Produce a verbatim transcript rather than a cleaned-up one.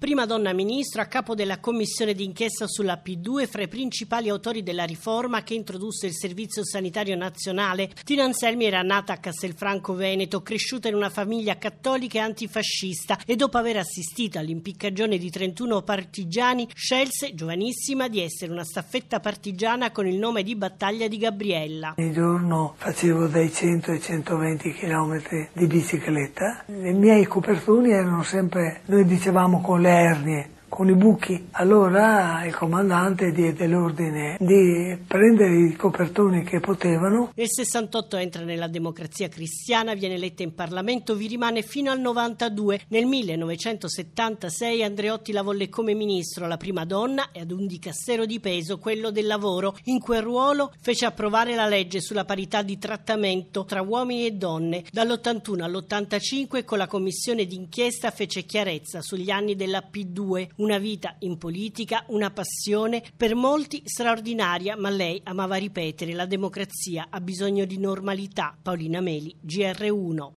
Prima donna ministro a capo della commissione d'inchiesta sulla P due, fra i principali autori della riforma che introdusse il Servizio Sanitario Nazionale. Tina Anselmi era nata a Castelfranco Veneto, cresciuta in una famiglia cattolica e antifascista e dopo aver assistito all'impiccagione di trentuno partigiani scelse, giovanissima, di essere una staffetta partigiana con il nome di Battaglia di Gabriella. Ogni giorno facevo dai cento ai centoventi chilometri di bicicletta. I miei copertoni erano sempre, noi dicevamo con le ernie, con i buchi. Allora il comandante diede l'ordine di prendere i copertoni che potevano. Nel sessantotto entra nella Democrazia Cristiana, viene eletta in Parlamento, vi rimane fino al novantadue. Nel millenovecentosettantasei Andreotti la volle come ministro, la prima donna, e ad un dicastero di peso, quello del lavoro. In quel ruolo fece approvare la legge sulla parità di trattamento tra uomini e donne. Dall'ottantuno all'ottantacinque con la commissione d'inchiesta fece chiarezza sugli anni della P due. Una vita in politica, una passione, per molti straordinaria, ma lei amava ripetere: la democrazia ha bisogno di normalità. Paolina Meli, G R uno.